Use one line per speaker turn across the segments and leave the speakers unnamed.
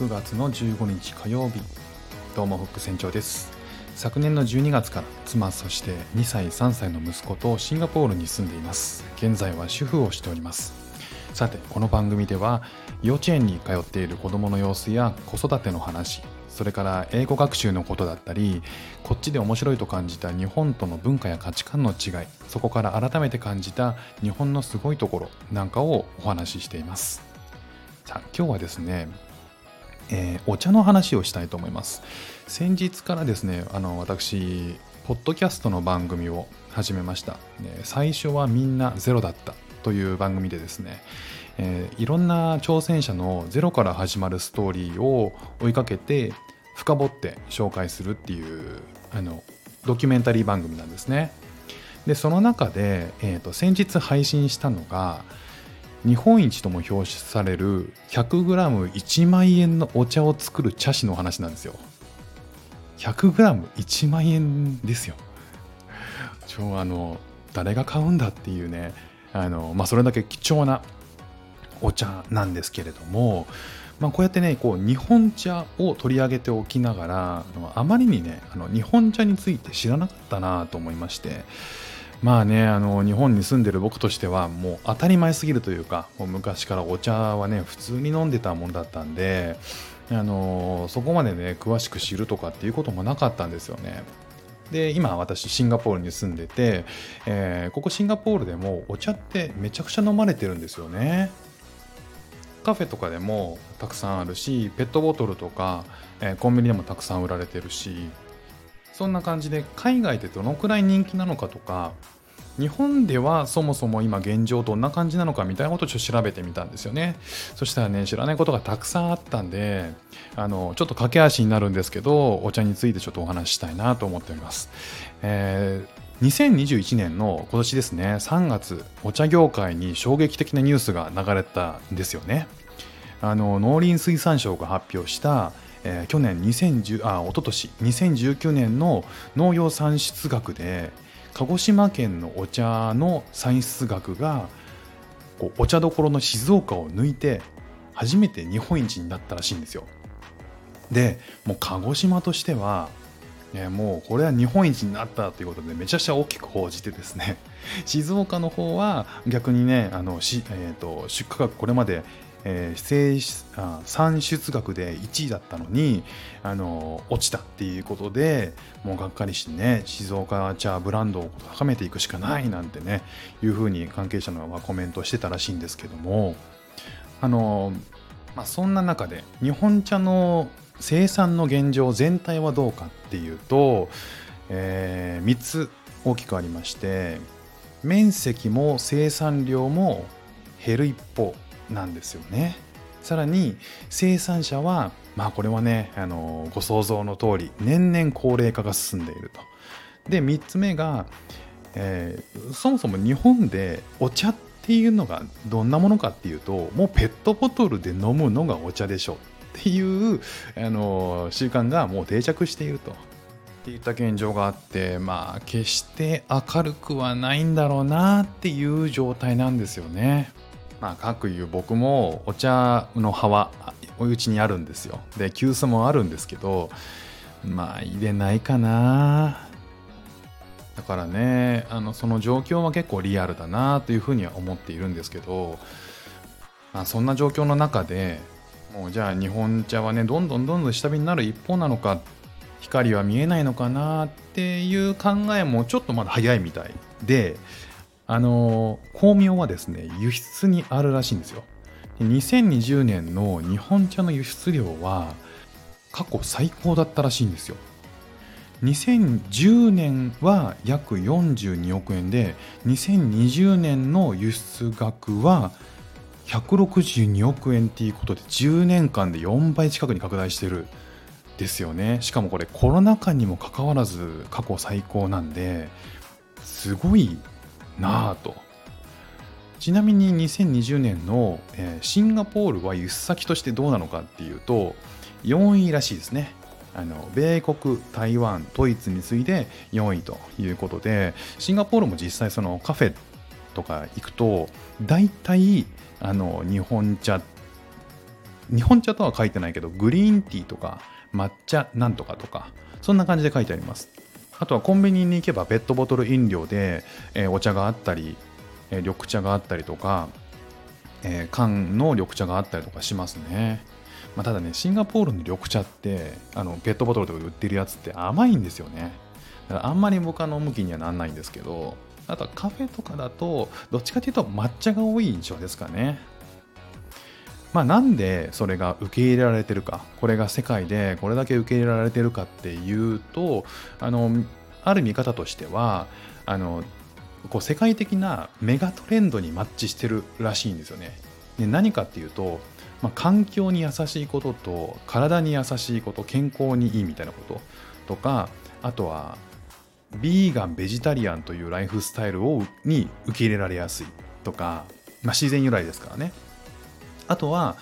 6月の15日火曜日、どうもフック船長です。昨年の12月から妻、そして2歳3歳の息子とシンガポールに住んでいます。現在は主婦をしております。さて、この番組では幼稚園に通っている子どもの様子や子育ての話、それから英語学習のことだったり、こっちで面白いと感じた日本との文化や価値観の違い、そこから改めて感じた日本のすごいところなんかをお話ししています。さあ、今日はですね、お茶の話をしたいと思います。先日からですね、私ポッドキャストの番組を始めました。最初はみんなゼロだったという番組でですね、いろんな挑戦者のゼロから始まるストーリーを追いかけて深掘って紹介するっていうドキュメンタリー番組なんですね。でその中で、先日配信したのが日本一とも表彰される 100g1 万円のお茶を作る茶師の話なんですよ。 100g1 万円ですよ。誰が買うんだっていうね、それだけ貴重なお茶なんですけれども、こうやってね、日本茶を取り上げておきながら、あまりにね、日本茶について知らなかったなと思いまして、日本に住んでる僕としてはもう当たり前すぎるというか、もう昔からお茶はね普通に飲んでたもんだったんで、そこまでね詳しく知るとかっていうこともなかったんですよね。で今私シンガポールに住んでて、ここシンガポールでもお茶ってめちゃくちゃ飲まれてるんですよね。カフェとかでもたくさんあるし、ペットボトルとか、コンビニでもたくさん売られてるし、そんな感じで海外でどのくらい人気なのかとか、日本ではそもそも今現状どんな感じなのかみたいなことをちょっと調べてみたんですよね。そしたらね、知らないことがたくさんあったんで、ちょっと駆け足になるんですけど、お茶についてちょっとお話ししたいなと思っております。2021年の今年ですね、3月、お茶業界に衝撃的なニュースが流れたんですよね。農林水産省が発表した、去年一昨年2019年の農業産出額で、鹿児島県のお茶の産出額がお茶どころの静岡を抜いて初めて日本一になったらしいんですよ。でもう鹿児島としては、もうこれは日本一になったということでめちゃくちゃ大きく報じてですね、静岡の方は逆にね、出荷額これまで産出額で1位だったのに落ちたっていうことで、もうがっかりしてね、静岡茶ブランドを高めていくしかないなんてね、いうふうに関係者の方がコメントしてたらしいんですけども、そんな中で日本茶の生産の現状全体はどうかっていうと、3つ大きくありまして、面積も生産量も減る一方なんですよね。さらに生産者はこれはね、ご想像の通り年々高齢化が進んでいると。で3つ目が、そもそも日本でお茶っていうのがどんなものかっていうと、もうペットボトルで飲むのがお茶でしょっていう習慣がもう定着しているとっていった現状があって、決して明るくはないんだろうなっていう状態なんですよね。かくいう僕もお茶の葉はお家にあるんですよ。で急須もあるんですけど、入れないかな。だからね、その状況は結構リアルだなというふうには思っているんですけど、そんな状況の中でもうじゃあ日本茶はねどんどん下火になる一方なのか、光は見えないのかなっていう考えもちょっとまだ早いみたいで、巧妙はですね、輸出にあるらしいんですよ。2020年の日本茶の輸出量は過去最高だったらしいんですよ。2010年は約42億円で、2020年の輸出額は162億円っていうことで、10年間で4倍近くに拡大してるですよね。しかもこれコロナ禍にもかかわらず過去最高なんで、すごいなぁと。ちなみに2020年の、シンガポールは輸出先としてどうなのかっていうと4位らしいですね。米国、台湾、ドイツに次いで4位ということで、シンガポールも実際そのカフェとか行くと大体日本茶日本茶とは書いてないけど、グリーンティーとか抹茶なんとかとか、そんな感じで書いてあります。あとはコンビニに行けばペットボトル飲料で、お茶があったり、緑茶があったりとか、缶の緑茶があったりとかしますね。ただね、シンガポールの緑茶ってペットボトルとかで売ってるやつって甘いんですよね。だからあんまり僕は飲む気にはなんないんですけど、あとはカフェとかだとどっちかというと抹茶が多い印象ですかね。なんでそれが受け入れられてるか、これが世界でこれだけ受け入れられてるかっていうと、ある見方としては、世界的なメガトレンドにマッチしてるらしいんですよね。で、何かっていうと、環境に優しいことと、体に優しいこと、健康にいいみたいなこととか、あとはビーガンベジタリアンというライフスタイルに受け入れられやすいとか、自然由来ですからね。あとは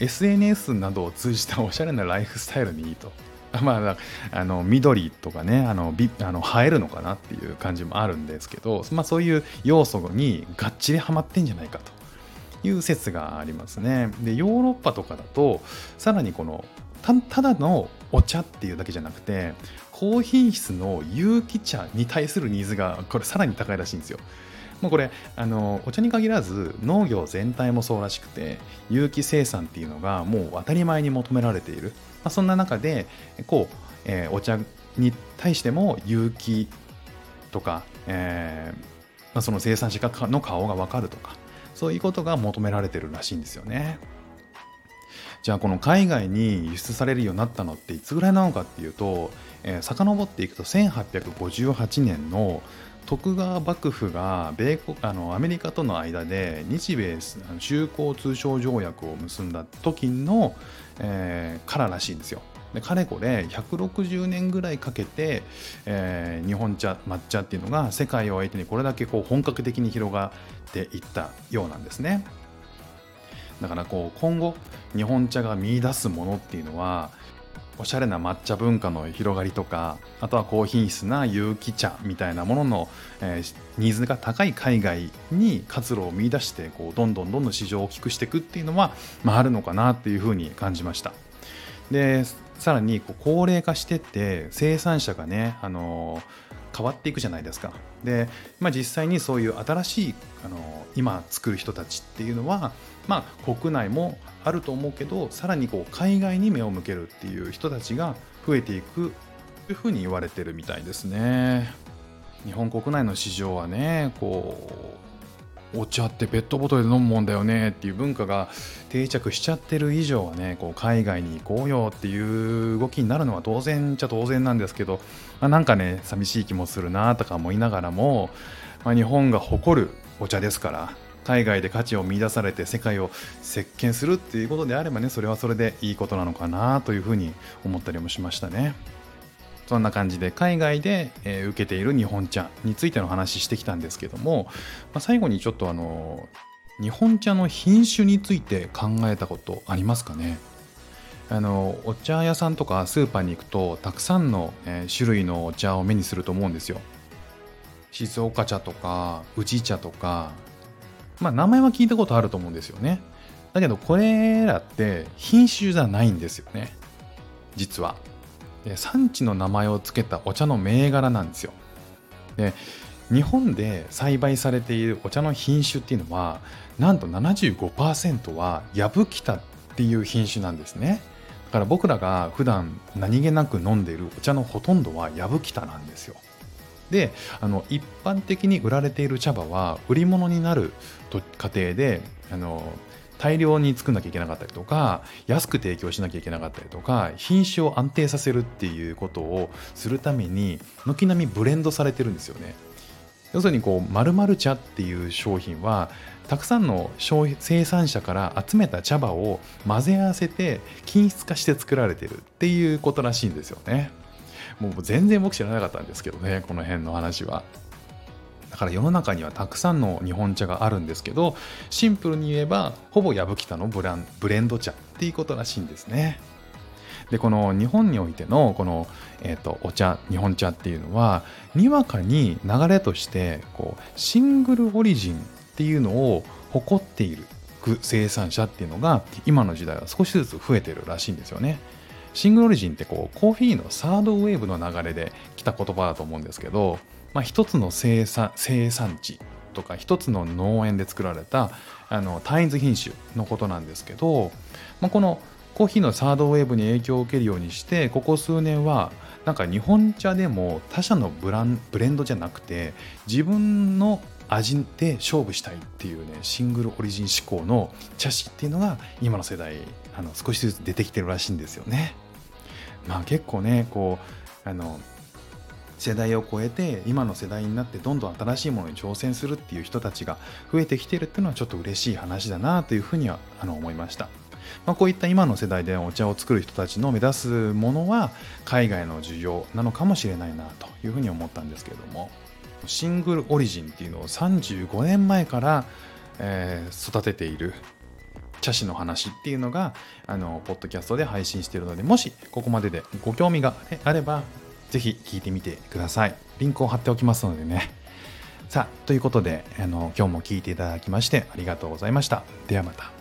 SNS などを通じたおしゃれなライフスタイルにいいと。緑とかね、映えるのかなっていう感じもあるんですけど、そういう要素にがっちりハマってんじゃないかという説がありますね。で、ヨーロッパとかだと、さらにただのお茶っていうだけじゃなくて、高品質の有機茶に対するニーズがこれさらに高いらしいんですよ。もうこれお茶に限らず農業全体もそうらしくて、有機生産っていうのがもう当たり前に求められている。そんな中でお茶に対しても有機とか、その生産者の顔が分かるとか、そういうことが求められてるらしいんですよね。じゃあこの海外に輸出されるようになったのっていつぐらいなのかっていうと、遡っていくと1858年の徳川幕府がアメリカとの間で日米修好通商条約を結んだ時の、かららしいんですよ。で、かれこれ160年ぐらいかけて、日本茶抹茶っていうのが世界を相手にこれだけ本格的に広がっていったようなんですね。だから今後日本茶が見出すものっていうのは、おしゃれな抹茶文化の広がりとか、あとは高品質な有機茶みたいなものの、ニーズが高い海外に活路を見出してどんどん市場を大きくしていくっていうのは、あるのかなっていうふうに感じました。で、さらに高齢化してって生産者がね、変わっていくじゃないですか。で、実際にそういう新しい今作る人たちっていうのは、国内もあると思うけど、さらに海外に目を向けるっていう人たちが増えていくというふうに言われてるみたいですね。日本国内の市場はね、お茶ってペットボトルで飲むもんだよねっていう文化が定着しちゃってる以上はね、海外に行こうよっていう動きになるのは当然っちゃ当然なんですけど、なんかね、寂しい気もするなとか思いながらも、日本が誇るお茶ですから、海外で価値を見出されて世界を席巻するっていうことであればね、それはそれでいいことなのかなというふうに思ったりもしましたね。そんな感じで海外で受けている日本茶についての話してきたんですけども、最後にちょっと日本茶の品種について考えたことありますかね。お茶屋さんとかスーパーに行くとたくさんの種類のお茶を目にすると思うんですよ。静岡茶とか宇治茶とか、名前は聞いたことあると思うんですよね。だけどこれらって品種じゃないんですよね、実は。産地の名前を付けたお茶の銘柄なんですよ。で、日本で栽培されているお茶の品種っていうのは、なんと 75% はやぶきたっていう品種なんですね。だから僕らが普段何気なく飲んでいるお茶のほとんどはやぶきたなんですよ。で、一般的に売られている茶葉は売り物になる過程で大量に作んなきゃいけなかったりとか、安く提供しなきゃいけなかったりとか、品種を安定させるっていうことをするために軒並みブレンドされてるんですよね。要するに〇〇茶っていう商品はたくさんの生産者から集めた茶葉を混ぜ合わせて均質化して作られてるっていうことらしいんですよね。もう全然僕知らなかったんですけどね、この辺の話は。だから世の中にはたくさんの日本茶があるんですけど、シンプルに言えばほぼやぶきたのブレンド茶っていうことらしいんですね。で、この日本においてのこの、お茶、日本茶っていうのはにわかに流れとしてシングルオリジンっていうのを誇っている生産者っていうのが今の時代は少しずつ増えてるらしいんですよね。シングルオリジンってコーヒーのサードウェーブの流れで来た言葉だと思うんですけど、一つの生産地とか一つの農園で作られた単一品種のことなんですけど、このコーヒーのサードウェーブに影響を受けるようにして、ここ数年はなんか日本茶でも他社のブレンドじゃなくて自分の味で勝負したいっていうね、シングルオリジン志向の茶師っていうのが今の世代少しずつ出てきてるらしいんですよね。結構ね世代を超えて今の世代になってどんどん新しいものに挑戦するっていう人たちが増えてきてるっていうのはちょっと嬉しい話だなというふうには思いました。こういった今の世代でお茶を作る人たちの目指すものは海外の需要なのかもしれないなというふうに思ったんですけれども、シングルオリジンっていうのを35年前から、育てている茶師の話っていうのがポッドキャストで配信しているので、もしここまででご興味があればぜひ聞いてみてください。リンクを貼っておきますのでね。さあ、ということで今日も聞いていただきましてありがとうございました。ではまた。